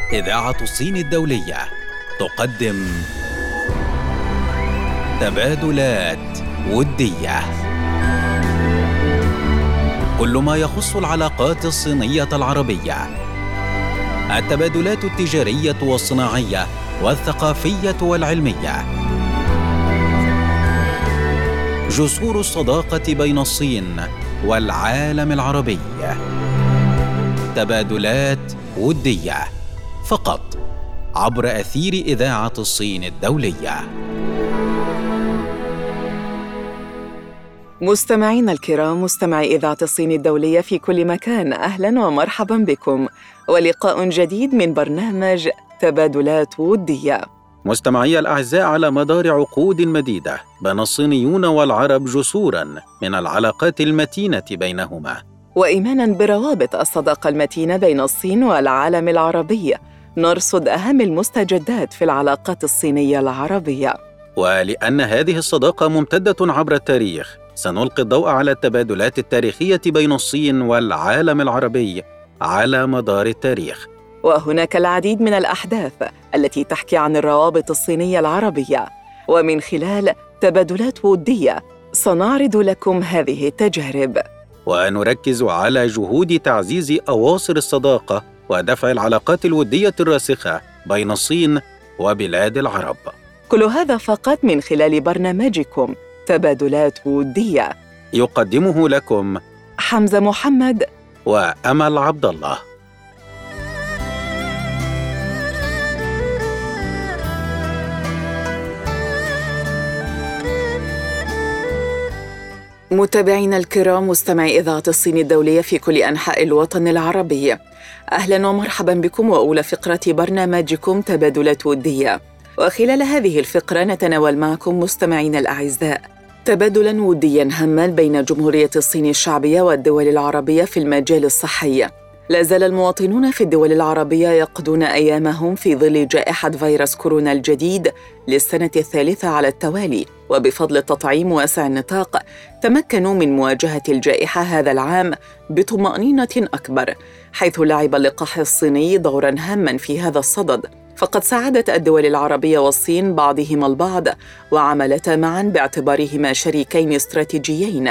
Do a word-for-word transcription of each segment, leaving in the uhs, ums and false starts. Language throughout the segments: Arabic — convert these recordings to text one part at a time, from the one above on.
إذاعة الصين الدولية تقدم تبادلات ودية، كل ما يخص العلاقات الصينية العربية، التبادلات التجارية والصناعية والثقافية والعلمية، جسور الصداقة بين الصين والعالم العربي. تبادلات ودية فقط عبر أثير إذاعة الصين الدولية. مستمعينا الكرام، مستمعي إذاعة الصين الدولية في كل مكان، أهلاً ومرحباً بكم، ولقاء جديد من برنامج تبادلات ودية. مستمعي الأعزاء، على مدار عقود مديدة بنى الصينيون والعرب جسوراً من العلاقات المتينة بينهما، وإيماناً بروابط الصداقة المتينة بين الصين والعالم العربي، نرصد أهم المستجدات في العلاقات الصينية العربية. ولأن هذه الصداقة ممتدة عبر التاريخ، سنلقي الضوء على التبادلات التاريخية بين الصين والعالم العربي على مدار التاريخ. وهناك العديد من الأحداث التي تحكي عن الروابط الصينية العربية، ومن خلال تبادلات ودية سنعرض لكم هذه التجارب، ونركز على جهود تعزيز أواصر الصداقة ودفع العلاقات الودية الراسخة بين الصين وبلاد العرب. كل هذا فقط من خلال برنامجكم تبادلات ودية، يقدمه لكم حمزة محمد وأمل عبد الله. متابعينا الكرام، مستمعي إذاعة الصين الدولية في كل أنحاء الوطن العربي، أهلاً ومرحباً بكم وأولى فقرة برنامجكم تبادلات ودية. وخلال هذه الفقرة نتناول معكم مستمعينا الأعزاء تبادلاً ودياً هاماً بين جمهورية الصين الشعبية والدول العربية في المجال الصحي. لا زال المواطنون في الدول العربية يقضون أيامهم في ظل جائحة فيروس كورونا الجديد للسنة الثالثة على التوالي، وبفضل التطعيم واسع النطاق تمكنوا من مواجهة الجائحة هذا العام بطمأنينة أكبر، حيث لعب اللقاح الصيني دوراً هاماً في هذا الصدد. فقد ساعدت الدول العربية والصين بعضهما البعض وعملتا معاً باعتبارهما شريكين استراتيجيين،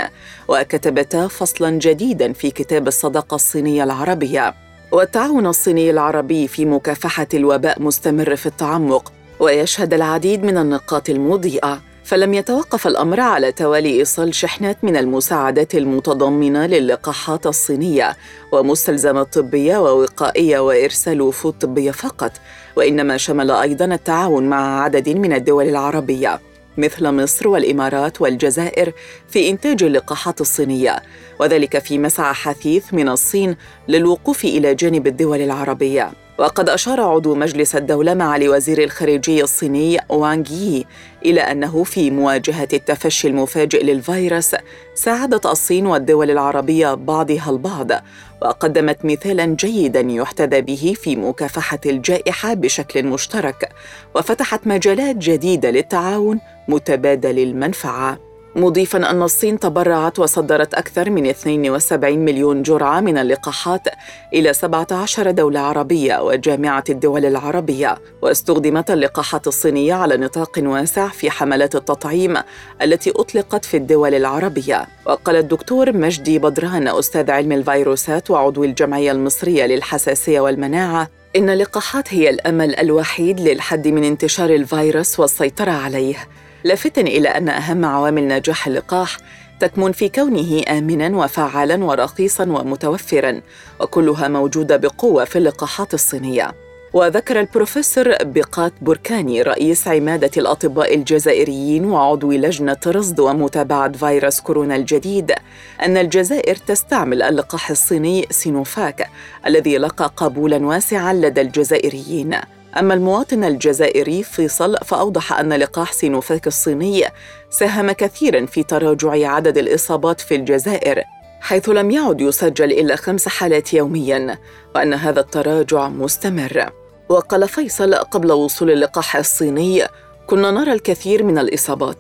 وكتبتا فصلاً جديداً في كتاب الصداقة الصينية العربية. والتعاون الصيني العربي في مكافحة الوباء مستمر في التعمق، ويشهد العديد من النقاط المضيئة، فلم يتوقف الأمر على توالي إيصال شحنات من المساعدات المتضمنة للقاحات الصينية ومستلزمات طبية ووقائية وإرسال وفود طبية فقط، وإنما شمل أيضاً التعاون مع عدد من الدول العربية مثل مصر والإمارات والجزائر في إنتاج اللقاحات الصينية، وذلك في مسعى حثيث من الصين للوقوف إلى جانب الدول العربية. وقد أشار عضو مجلس الدولة معالي وزير الخارجية الصيني وانغ يي إلى أنه في مواجهة التفشي المفاجئ للفيروس ساعدت الصين والدول العربية بعضها البعض، وقدمت مثالاً جيداً يحتذى به في مكافحة الجائحة بشكل مشترك، وفتحت مجالات جديدة للتعاون متبادل المنفعة، مضيفاً أن الصين تبرعت وصدرت أكثر من اثنين وسبعين مليون جرعة من اللقاحات إلى سبعة عشر دولة عربية وجامعة الدول العربية، واستخدمت اللقاحات الصينية على نطاق واسع في حملات التطعيم التي أطلقت في الدول العربية. وقال الدكتور مجدي بدران، أستاذ علم الفيروسات وعضو الجمعية المصرية للحساسية والمناعة، إن اللقاحات هي الأمل الوحيد للحد من انتشار الفيروس والسيطرة عليه، لافتاً إلى أن أهم عوامل نجاح اللقاح تكمن في كونه آمناً وفعالاً ورخيصاً ومتوفراً، وكلها موجودة بقوة في اللقاحات الصينية. وذكر البروفيسور بقات بركاني رئيس عمادة الأطباء الجزائريين وعضو لجنة رصد ومتابعة فيروس كورونا الجديد أن الجزائر تستعمل اللقاح الصيني سينوفاك الذي لقى قبولاً واسعاً لدى الجزائريين. أما المواطن الجزائري فيصل فأوضح أن لقاح سينوفاك الصيني ساهم كثيراً في تراجع عدد الإصابات في الجزائر، حيث لم يعد يسجل إلا خمس حالات يومياً، وأن هذا التراجع مستمر. وقال فيصل: قبل وصول اللقاح الصيني كنا نرى الكثير من الإصابات،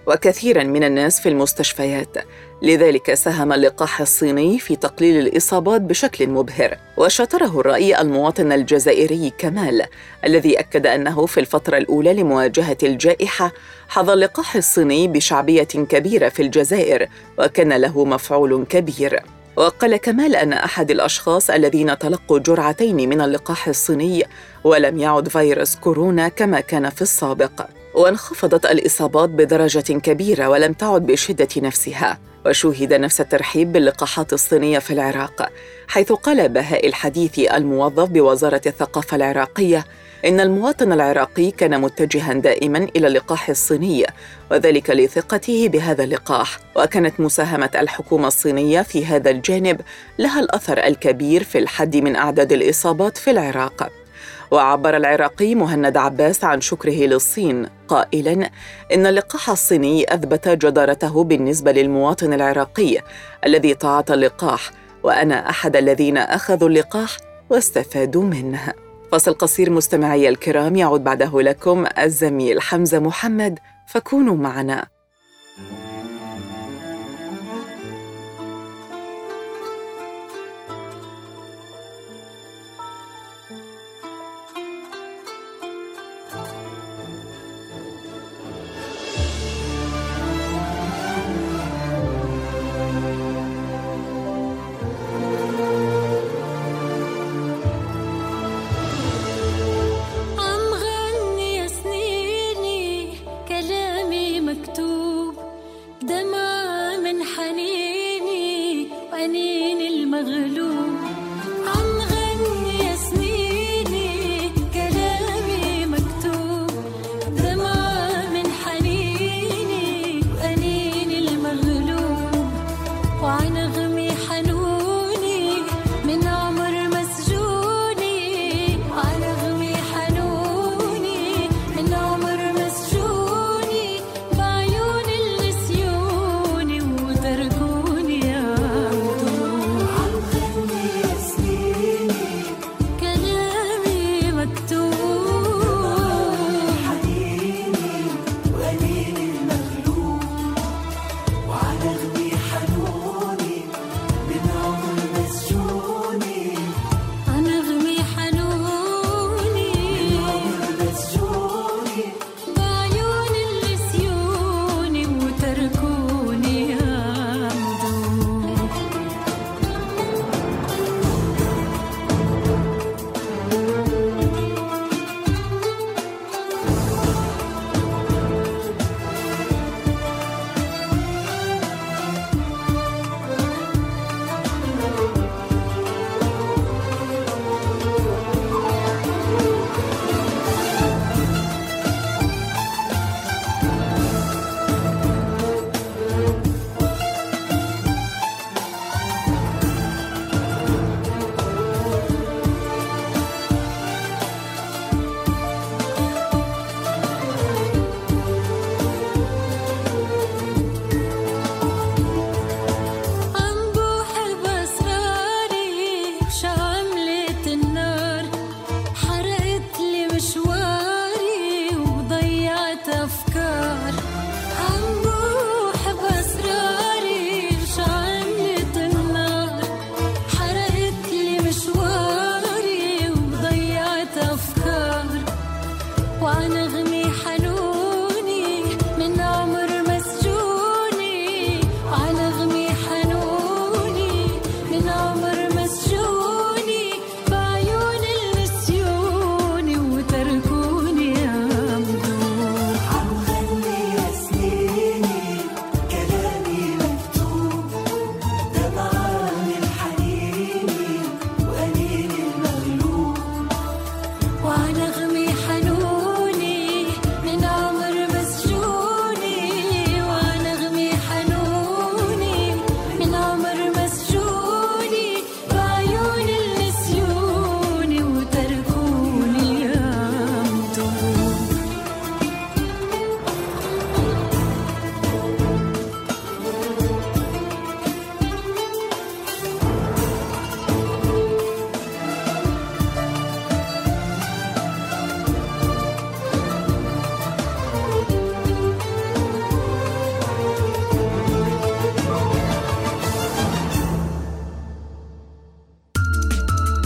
وكثيراً من الناس في المستشفيات. لذلك ساهم اللقاح الصيني في تقليل الإصابات بشكل مبهر، وشاطره الرأي المواطن الجزائري كمال الذي أكد أنه في الفترة الأولى لمواجهة الجائحة حظى اللقاح الصيني بشعبية كبيرة في الجزائر وكان له مفعول كبير. وقال كمال أن أحد الأشخاص الذين تلقوا جرعتين من اللقاح الصيني ولم يعد فيروس كورونا كما كان في السابق، وانخفضت الإصابات بدرجة كبيرة ولم تعد بشدة نفسها. وشوهد نفس الترحيب باللقاحات الصينية في العراق، حيث قال بهاء الحديثي الموظف بوزارة الثقافة العراقية إن المواطن العراقي كان متجهاً دائماً إلى اللقاح الصيني، وذلك لثقته بهذا اللقاح، وكانت مساهمة الحكومة الصينية في هذا الجانب لها الأثر الكبير في الحد من أعداد الإصابات في العراق. وعبر العراقي مهند عباس عن شكره للصين قائلاً إن اللقاح الصيني أثبت جدارته بالنسبة للمواطن العراقي الذي تعاطى اللقاح، وأنا أحد الذين أخذوا اللقاح واستفادوا منه. فاصل قصير مستمعي الكرام، يعود بعده لكم الزميل حمزة محمد، فكونوا معنا.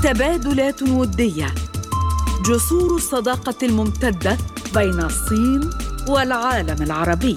تبادلات ودية، جسور الصداقة الممتدة بين الصين والعالم العربي.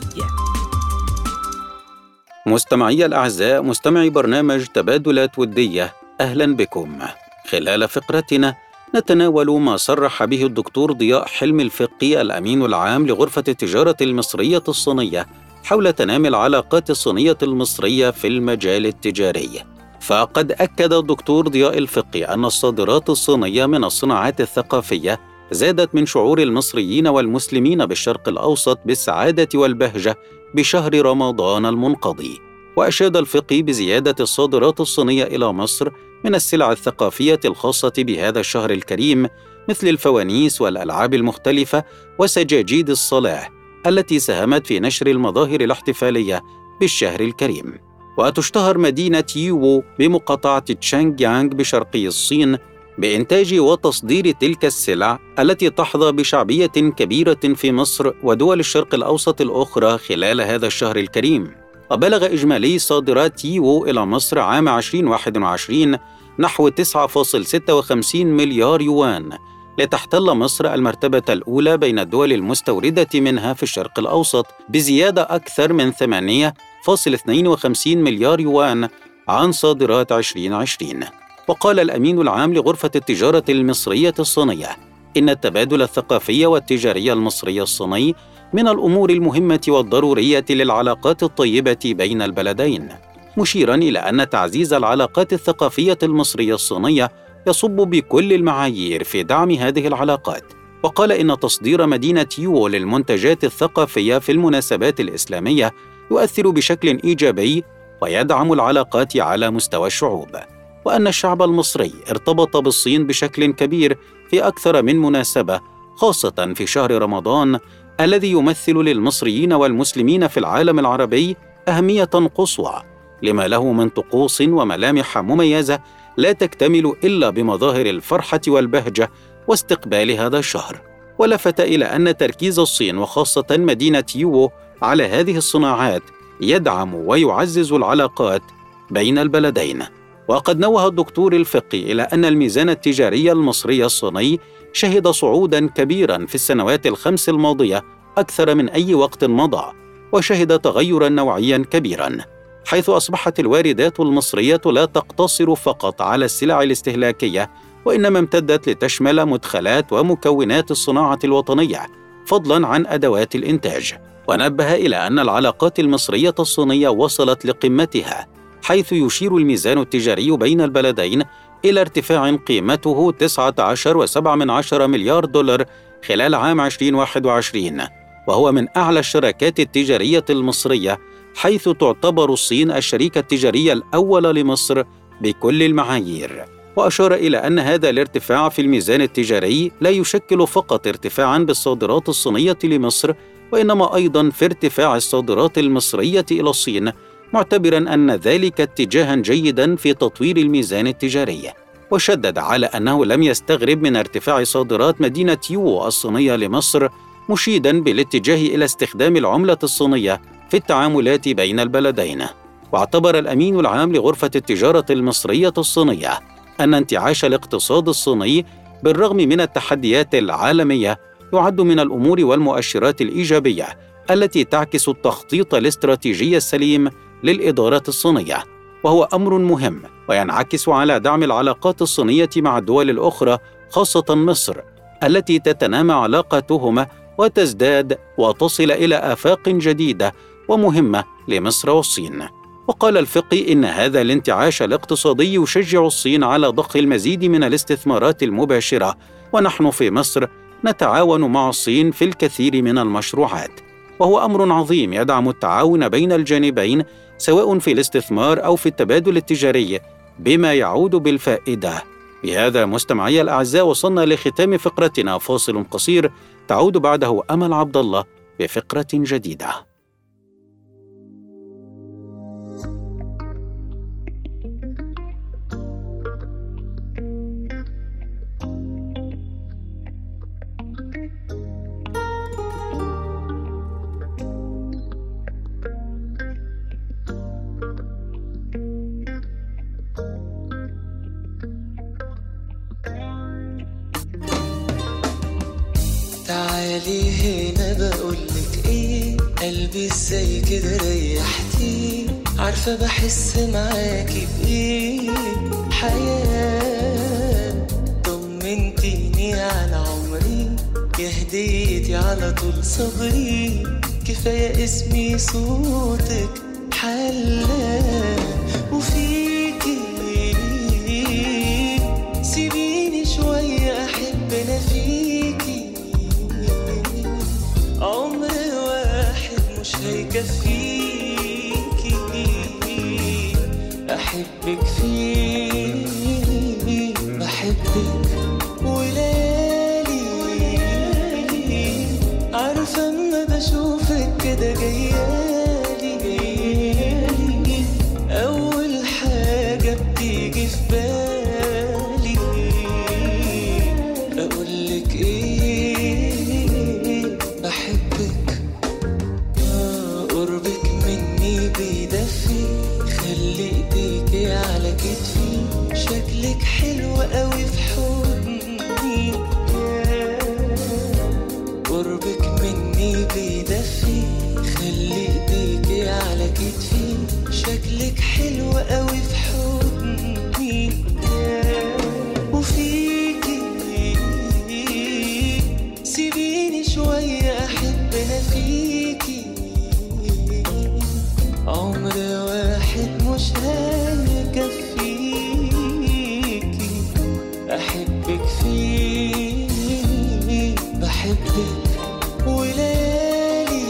مستمعي الأعزاء، مستمعي برنامج تبادلات ودية، أهلا بكم. خلال فقرتنا نتناول ما صرح به الدكتور ضياء حلمي الفقي الأمين العام لغرفة التجارة المصرية الصينية حول تنامي العلاقات الصينية المصرية في المجال التجاري. فقد أكد الدكتور ضياء الفقي أن الصادرات الصينية من الصناعات الثقافية زادت من شعور المصريين والمسلمين بالشرق الأوسط بالسعادة والبهجة بشهر رمضان المنقضي. وأشاد الفقي بزيادة الصادرات الصينية إلى مصر من السلع الثقافية الخاصة بهذا الشهر الكريم، مثل الفوانيس والألعاب المختلفة وسجاجيد الصلاة التي ساهمت في نشر المظاهر الاحتفالية بالشهر الكريم. وتشتهر مدينة ييوو بمقاطعة تشانغ يانغ بشرقي الصين بإنتاج وتصدير تلك السلع التي تحظى بشعبية كبيرة في مصر ودول الشرق الأوسط الأخرى خلال هذا الشهر الكريم. وبلغ إجمالي صادرات ييوو إلى مصر عام ألفين وواحد وعشرين نحو تسعة فاصلة ستة وخمسين مليار يوان، لتحتل مصر المرتبة الأولى بين الدول المستوردة منها في الشرق الأوسط بزيادة أكثر من ثمانية فاصلة اثنين وخمسين مليار يوان عن صادرات ألفين وعشرين. وقال الأمين العام لغرفة التجارة المصرية الصينية إن التبادل الثقافي والتجاري المصري الصيني من الأمور المهمة والضرورية للعلاقات الطيبة بين البلدين، مشيراً إلى أن تعزيز العلاقات الثقافية المصرية الصينية يصب بكل المعايير في دعم هذه العلاقات. وقال إن تصدير مدينة ييوو للمنتجات الثقافية في المناسبات الإسلامية يؤثر بشكل إيجابي ويدعم العلاقات على مستوى الشعوب، وأن الشعب المصري ارتبط بالصين بشكل كبير في أكثر من مناسبة، خاصة في شهر رمضان الذي يمثل للمصريين والمسلمين في العالم العربي أهمية قصوى، لما له من طقوس وملامح مميزة لا تكتمل إلا بمظاهر الفرحة والبهجة واستقبال هذا الشهر. ولفت إلى أن تركيز الصين وخاصة مدينة ييوو على هذه الصناعات يدعم ويعزز العلاقات بين البلدين. وقد نوه الدكتور الفقي إلى أن الميزان التجاري المصري الصيني شهد صعوداً كبيراً في السنوات الخمس الماضية أكثر من أي وقت مضى، وشهد تغيراً نوعياً كبيراً، حيث أصبحت الواردات المصرية لا تقتصر فقط على السلع الاستهلاكية، وإنما امتدت لتشمل مدخلات ومكونات الصناعة الوطنية فضلاً عن أدوات الإنتاج. ونبه إلى أن العلاقات المصرية الصينية وصلت لقمتها، حيث يشير الميزان التجاري بين البلدين إلى ارتفاع قيمته تسعة عشر فاصلة سبعة مليار دولار خلال عام ألفين وواحد وعشرين، وهو من أعلى الشراكات التجارية المصرية، حيث تعتبر الصين الشريك التجاري الأول لمصر بكل المعايير. وأشار إلى أن هذا الارتفاع في الميزان التجاري لا يشكل فقط ارتفاعاً بالصادرات الصينية لمصر، وإنما أيضاً في ارتفاع الصادرات المصرية إلى الصين، معتبراً أن ذلك اتجاهاً جيداً في تطوير الميزان التجاري. وشدد على أنه لم يستغرب من ارتفاع صادرات مدينة ييوو الصينية لمصر، مشيداً بالاتجاه إلى استخدام العملة الصينية في التعاملات بين البلدين. واعتبر الأمين العام لغرفة التجارة المصرية الصينية أن انتعاش الاقتصاد الصيني بالرغم من التحديات العالمية يعد من الأمور والمؤشرات الإيجابية التي تعكس التخطيط الاستراتيجي السليم للإدارة الصينية، وهو أمر مهم وينعكس على دعم العلاقات الصينية مع الدول الأخرى، خاصة مصر التي تتنامى علاقاتهما وتزداد وتصل إلى آفاق جديدة ومهمة لمصر والصين. وقال الفقي إن هذا الانتعاش الاقتصادي يشجع الصين على ضخ المزيد من الاستثمارات المباشرة، ونحن في مصر نتعاون مع الصين في الكثير من المشروعات، وهو أمر عظيم يدعم التعاون بين الجانبين سواء في الاستثمار أو في التبادل التجاري بما يعود بالفائدة. بهذا مستمعي الأعزاء وصلنا لختام فقرتنا، فاصل قصير تعود بعده أمل عبد الله بفقرة جديدة. تعالي هنا بقولك ايه، قلبي ازاي كده ريحتي، عارفة بحس معاكي بايه حياة. طمنتيني على عمري، يا هديتي على طول صبري، كفاية اسمي صوتك حلا وفيكي. سيبيني شوية أحب أنا فيكي، عمر واحد مش هيكفيكي، أحبك فيه بحبك ولالي. عارفة أما بشوفك كده جيالي جيالي، أول حاجة بتيجي في بالي أقولك إيه، بحبك. آه قربك مني بيدفي، خلي إيديكي على كتفي، شكلك حلو قوي في حضني. قربك مني بيدفي، خلي إيديكي على كتفي، شكلك حلو قوي في حضني. وفيكي سيبيني شوية أحب أنا فيكي، عمر واحد مش هيكفيكي، أحبك فيه بحبك ولالي.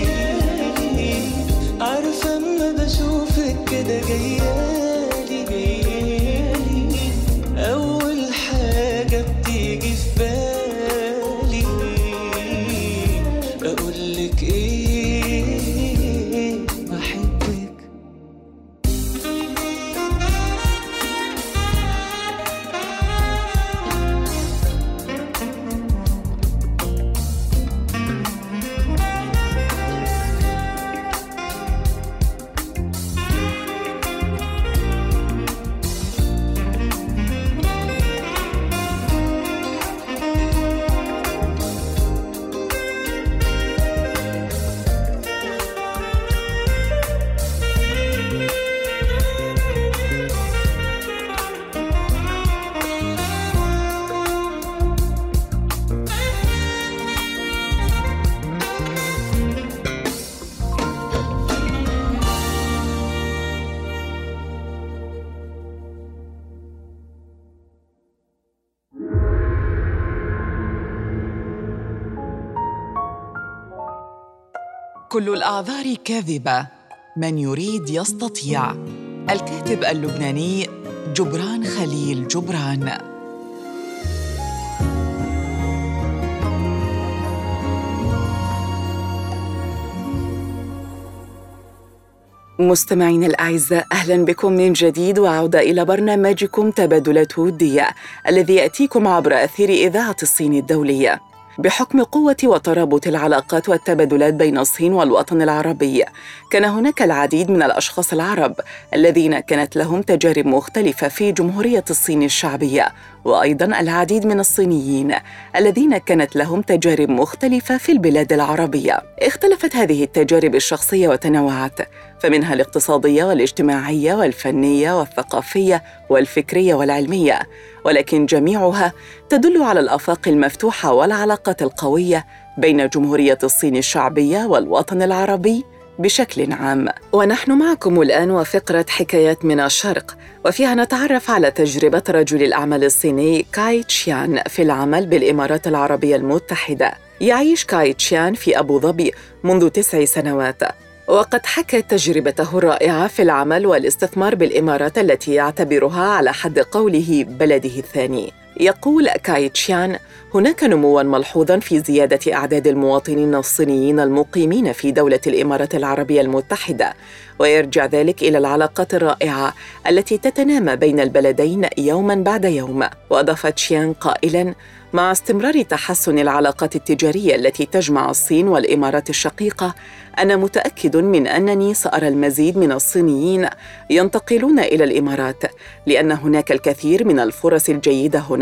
عارفة أما بشوفك كده جيالي جيالي، أول حاجة بتيجي في بالي أقولك إيه، بحبك. كل الأعذار كاذبة، من يريد يستطيع. الكاتب اللبناني جبران خليل جبران. مستمعين الأعزاء، أهلاً بكم من جديد وعودة إلى برنامجكم تبادلات ودية الذي يأتيكم عبر أثير إذاعة الصين الدولية. بحكم قوة وترابط العلاقات والتبادلات بين الصين والوطن العربي، كان هناك العديد من الأشخاص العرب الذين كانت لهم تجارب مختلفة في جمهورية الصين الشعبية، وأيضاً العديد من الصينيين الذين كانت لهم تجارب مختلفة في البلاد العربية. اختلفت هذه التجارب الشخصية وتنوعت، فمنها الاقتصادية والاجتماعية والفنية والثقافية والفكرية والعلمية، ولكن جميعها تدل على الآفاق المفتوحة والعلاقات القوية بين جمهورية الصين الشعبية والوطن العربي بشكل عام. ونحن معكم الآن وفقرة حكايات من الشرق، وفيها نتعرف على تجربة رجل الأعمال الصيني كاي تشيان في العمل بالإمارات العربية المتحدة. يعيش كاي تشيان في أبو ظبي منذ تسع سنوات، وقد حكى تجربته الرائعة في العمل والاستثمار بالإمارات التي يعتبرها على حد قوله بلده الثاني. يقول كاي تشيان: هناك نمواً ملحوظاً في زيادة أعداد المواطنين الصينيين المقيمين في دولة الإمارات العربية المتحدة، ويرجع ذلك إلى العلاقات الرائعة التي تتنامى بين البلدين يوماً بعد يوم. وأضاف تشيان قائلاً: مع استمرار تحسن العلاقات التجارية التي تجمع الصين والإمارات الشقيقة، أنا متأكد من أنني سأرى المزيد من الصينيين ينتقلون إلى الإمارات، لأن هناك الكثير من الفرص الجيدة هنا،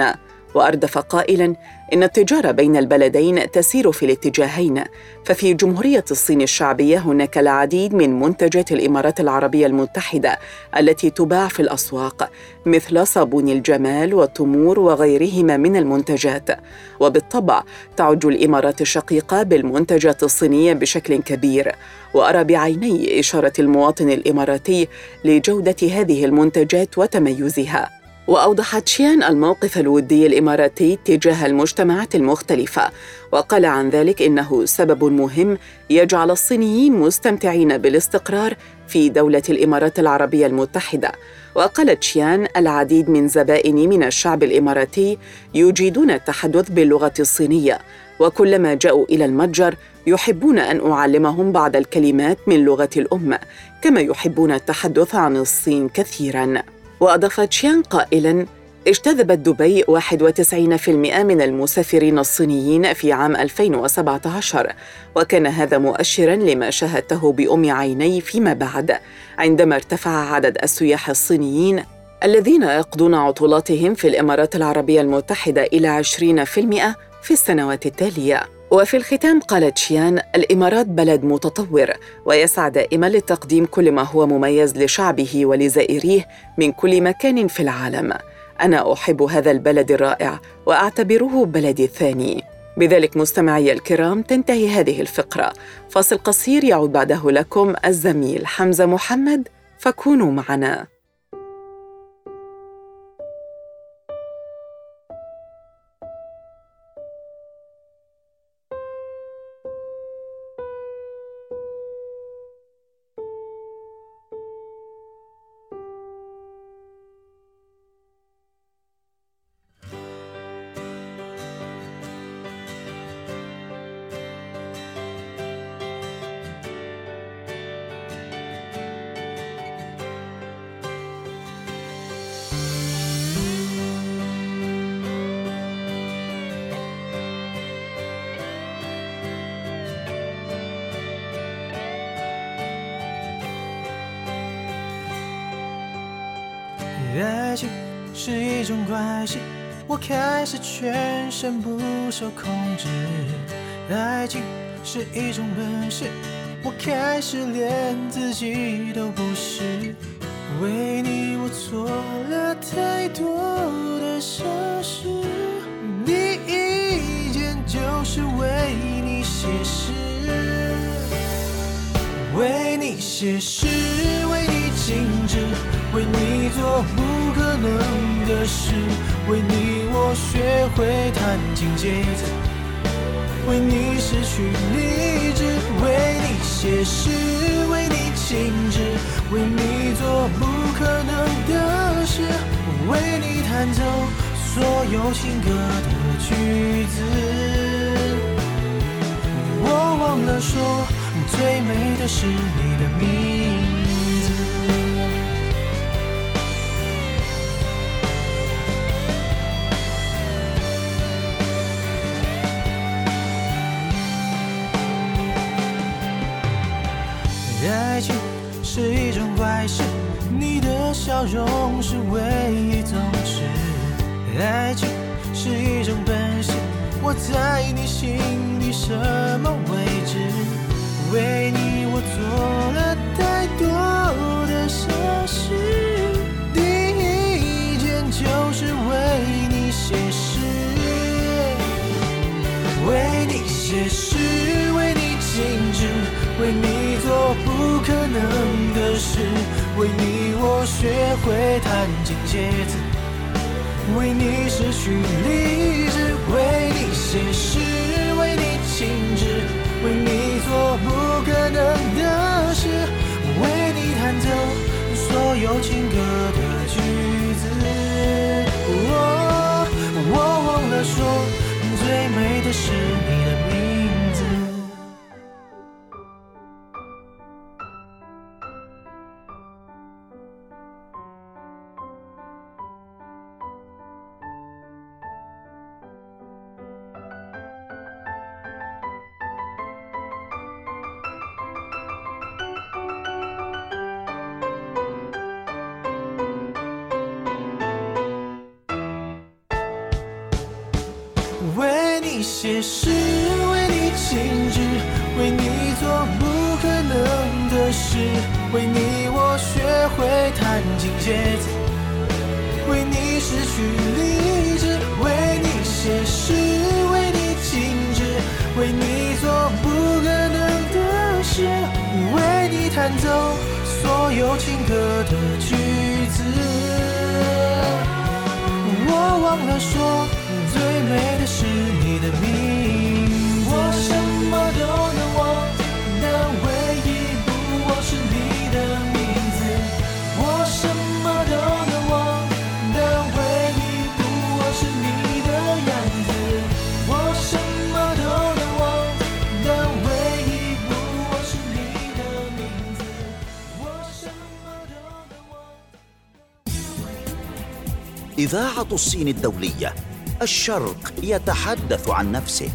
وأردف قائلاً إن التجارة بين البلدين تسير في الاتجاهين، ففي جمهورية الصين الشعبية هناك العديد من منتجات الإمارات العربية المتحدة التي تباع في الأسواق، مثل صابون الجمال والتمور وغيرهما من المنتجات. وبالطبع تعج الإمارات الشقيقة بالمنتجات الصينية بشكل كبير، وأرى بعيني إشارة المواطن الإماراتي لجودة هذه المنتجات وتميزها. وأوضحت شيان الموقف الودي الإماراتي تجاه المجتمعات المختلفة، وقال عن ذلك إنه سبب مهم يجعل الصينيين مستمتعين بالاستقرار في دولة الإمارات العربية المتحدة. وقالت شيان العديد من زبائني من الشعب الإماراتي يجيدون التحدث باللغة الصينية، وكلما جاءوا إلى المتجر يحبون أن أعلمهم بعض الكلمات من لغة الأم، كما يحبون التحدث عن الصين كثيراً. وأضافت شيان قائلاً: اجتذبت دبي واحد وتسعين بالمئة من المسافرين الصينيين في عام ألفين وسبعة عشر، وكان هذا مؤشراً لما شاهدته بأم عيني فيما بعد، عندما ارتفع عدد السياح الصينيين الذين يقضون عطلاتهم في الإمارات العربية المتحدة إلى عشرين بالمئة في السنوات التالية. وفي الختام قالت شيان: الإمارات بلد متطور ويسعى دائما لتقديم كل ما هو مميز لشعبه ولزائريه من كل مكان في العالم. أنا أحب هذا البلد الرائع وأعتبره بلدي الثاني. بذلك مستمعي الكرام تنتهي هذه الفقرة. فاصل قصير يعود بعده لكم الزميل حمزة محمد، فكونوا معنا. 爱情是一种关系，我开始全身不受控制。爱情是一种本事，我开始连自己都不是。为你我做了太多的傻事，第一件就是为你写诗，为你写诗，为你静止，为你做不可能的事，为你我学会弹琴节子，为你失去理智，为你写诗，为你静止，为你做不可能的事，为你弹奏所有情歌的句子。我忘了说，最美的是你的名字。爱情是一种怪事，你的笑容是唯一宗旨。爱情是一种本事，我在你心里什么位置？为你我做了太多的傻事，第一件就是为你写诗，为你写诗，为你静止，为你做不可能的事，为你我学会弹琴节子，为你失去理智，为你写诗，为你静止，为你做不可能的事，为你弹奏所有情歌的句子。我我忘了说，最美的是你的名字。 你写诗，为你静止，为你做不可能的事，为你我学会弹琴写字，为你失去理智，为你写诗，为你静止，为你做不可能的事，为你弹奏所有情歌的句子。我忘了说，最美的是你的名字。我什么都能忘，但唯一不忘是你的名字。我什么都能忘，但唯一不忘是你的样子。我什么都能忘，但唯一不忘是你的名字。我什么都能忘。 إذاعة الصين الدولية، الشرق يتحدث عن نفسه.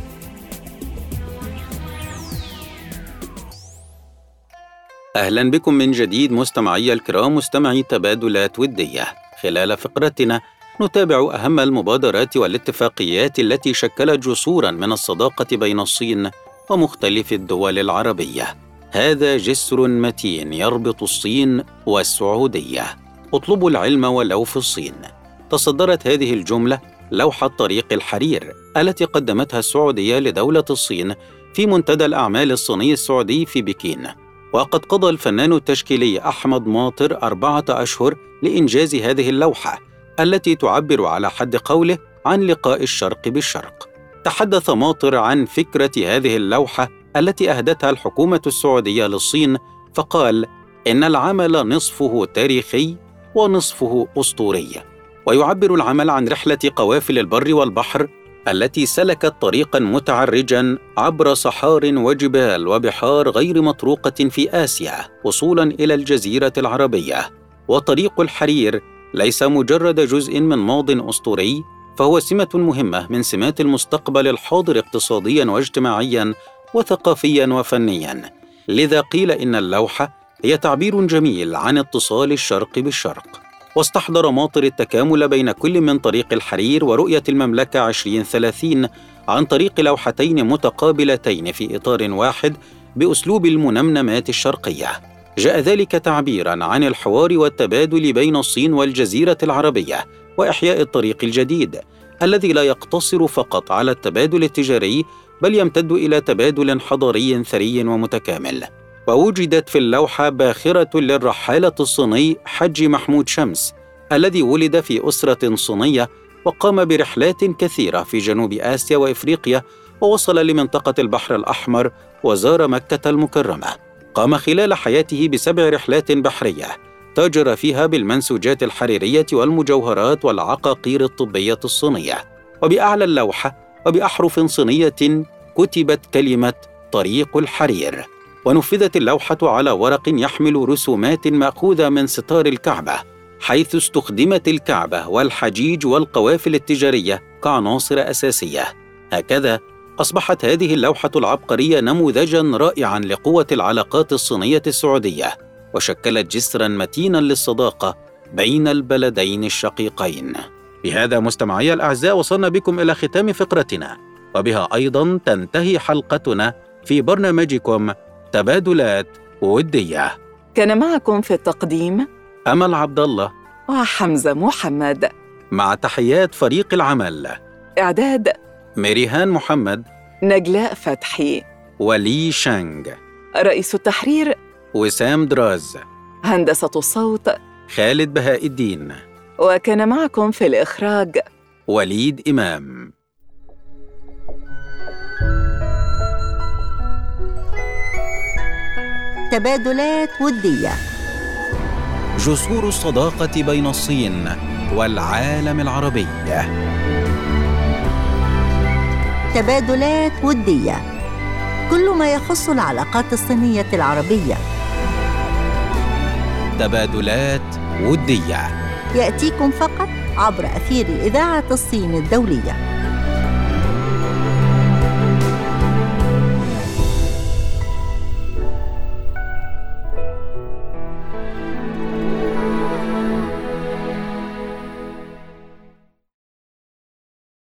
أهلا بكم من جديد مستمعي الكرام، مستمعي تبادلات ودية. خلال فقرتنا نتابع أهم المبادرات والاتفاقيات التي شكلت جسورا من الصداقة بين الصين ومختلف الدول العربية. هذا جسر متين يربط الصين والسعودية. اطلبوا العلم ولو في الصين. تصدرت هذه الجملة لوحة طريق الحرير التي قدمتها السعودية لدولة الصين في منتدى الأعمال الصيني السعودي في بكين. وقد قضى الفنان التشكيلي أحمد ماطر أربعة أشهر لإنجاز هذه اللوحة التي تعبر على حد قوله عن لقاء الشرق بالشرق. تحدث ماطر عن فكرة هذه اللوحة التي أهدتها الحكومة السعودية للصين، فقال إن العمل نصفه تاريخي ونصفه أسطوري، ويعبر العمل عن رحلة قوافل البر والبحر التي سلكت طريقاً متعرجاً عبر صحار وجبال وبحار غير مطروقة في آسيا وصولاً إلى الجزيرة العربية. وطريق الحرير ليس مجرد جزء من ماضٍ أسطوري، فهو سمة مهمة من سمات المستقبل الحاضر اقتصادياً واجتماعياً وثقافياً وفنياً. لذا قيل إن اللوحة هي تعبير جميل عن اتصال الشرق بالشرق. واستحضر ماطر التكامل بين كل من طريق الحرير ورؤية المملكة عشرين ثلاثين عن طريق لوحتين متقابلتين في إطار واحد بأسلوب المنمنمات الشرقية. جاء ذلك تعبيراً عن الحوار والتبادل بين الصين والجزيرة العربية وإحياء الطريق الجديد الذي لا يقتصر فقط على التبادل التجاري، بل يمتد إلى تبادل حضاري ثري ومتكامل. ووجدت في اللوحة باخرة للرحالة الصيني حج محمود شمس الذي ولد في أسرة صينية وقام برحلات كثيرة في جنوب آسيا وإفريقيا، ووصل لمنطقة البحر الأحمر وزار مكة المكرمة. قام خلال حياته بسبع رحلات بحرية تاجر فيها بالمنسوجات الحريرية والمجوهرات والعقاقير الطبية الصينية. وبأعلى اللوحة وبأحرف صينية كتبت كلمة طريق الحرير. ونفذت اللوحة على ورق يحمل رسومات مأخوذة من ستار الكعبة، حيث استخدمت الكعبة والحجيج والقوافل التجارية كعناصر أساسية. هكذا أصبحت هذه اللوحة العبقرية نموذجاً رائعاً لقوة العلاقات الصينية السعودية، وشكلت جسراً متيناً للصداقة بين البلدين الشقيقين. بهذا مستمعي الأعزاء وصلنا بكم إلى ختام فقرتنا، وبها أيضاً تنتهي حلقتنا في برنامجكم تبادلات ودية. كان معكم في التقديم أمل عبد الله وحمزة محمد، مع تحيات فريق العمل. إعداد ميريهان محمد، نجلاء فتحي، ولي شانغ. رئيس التحرير وسام دراز. هندسة الصوت خالد بهاء الدين. وكان معكم في الإخراج وليد إمام. تبادلات ودية، جسور الصداقة بين الصين والعالم العربي. تبادلات ودية، كل ما يخص العلاقات الصينية العربية. تبادلات ودية يأتيكم فقط عبر أثير إذاعة الصين الدولية.